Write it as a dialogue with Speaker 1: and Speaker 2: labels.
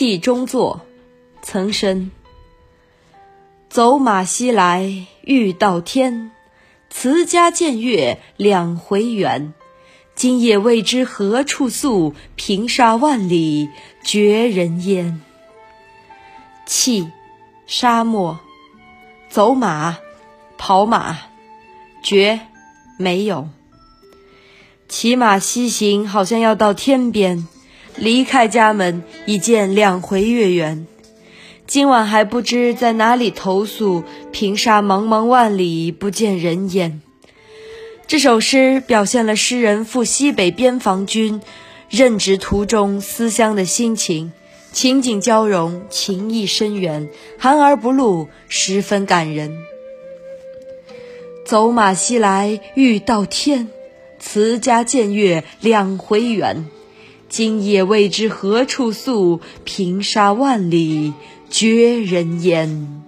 Speaker 1: 气中作，岑参。走马西来欲到天，辞家见月两回圆。今夜未知何处宿，平沙万里绝人烟。气，沙漠。走马，跑马。绝，没有。骑马西行，好像要到天边，离开家门已见两回月圆。今晚还不知在哪里投宿，平沙茫茫万里不见人烟。这首诗表现了诗人赴西北边防军任职途中思乡的心情，情景交融，情意深远，含而不露，十分感人。走马西来欲到天，辞家见月两回圆。今夜未知何处宿，平沙万里绝人烟。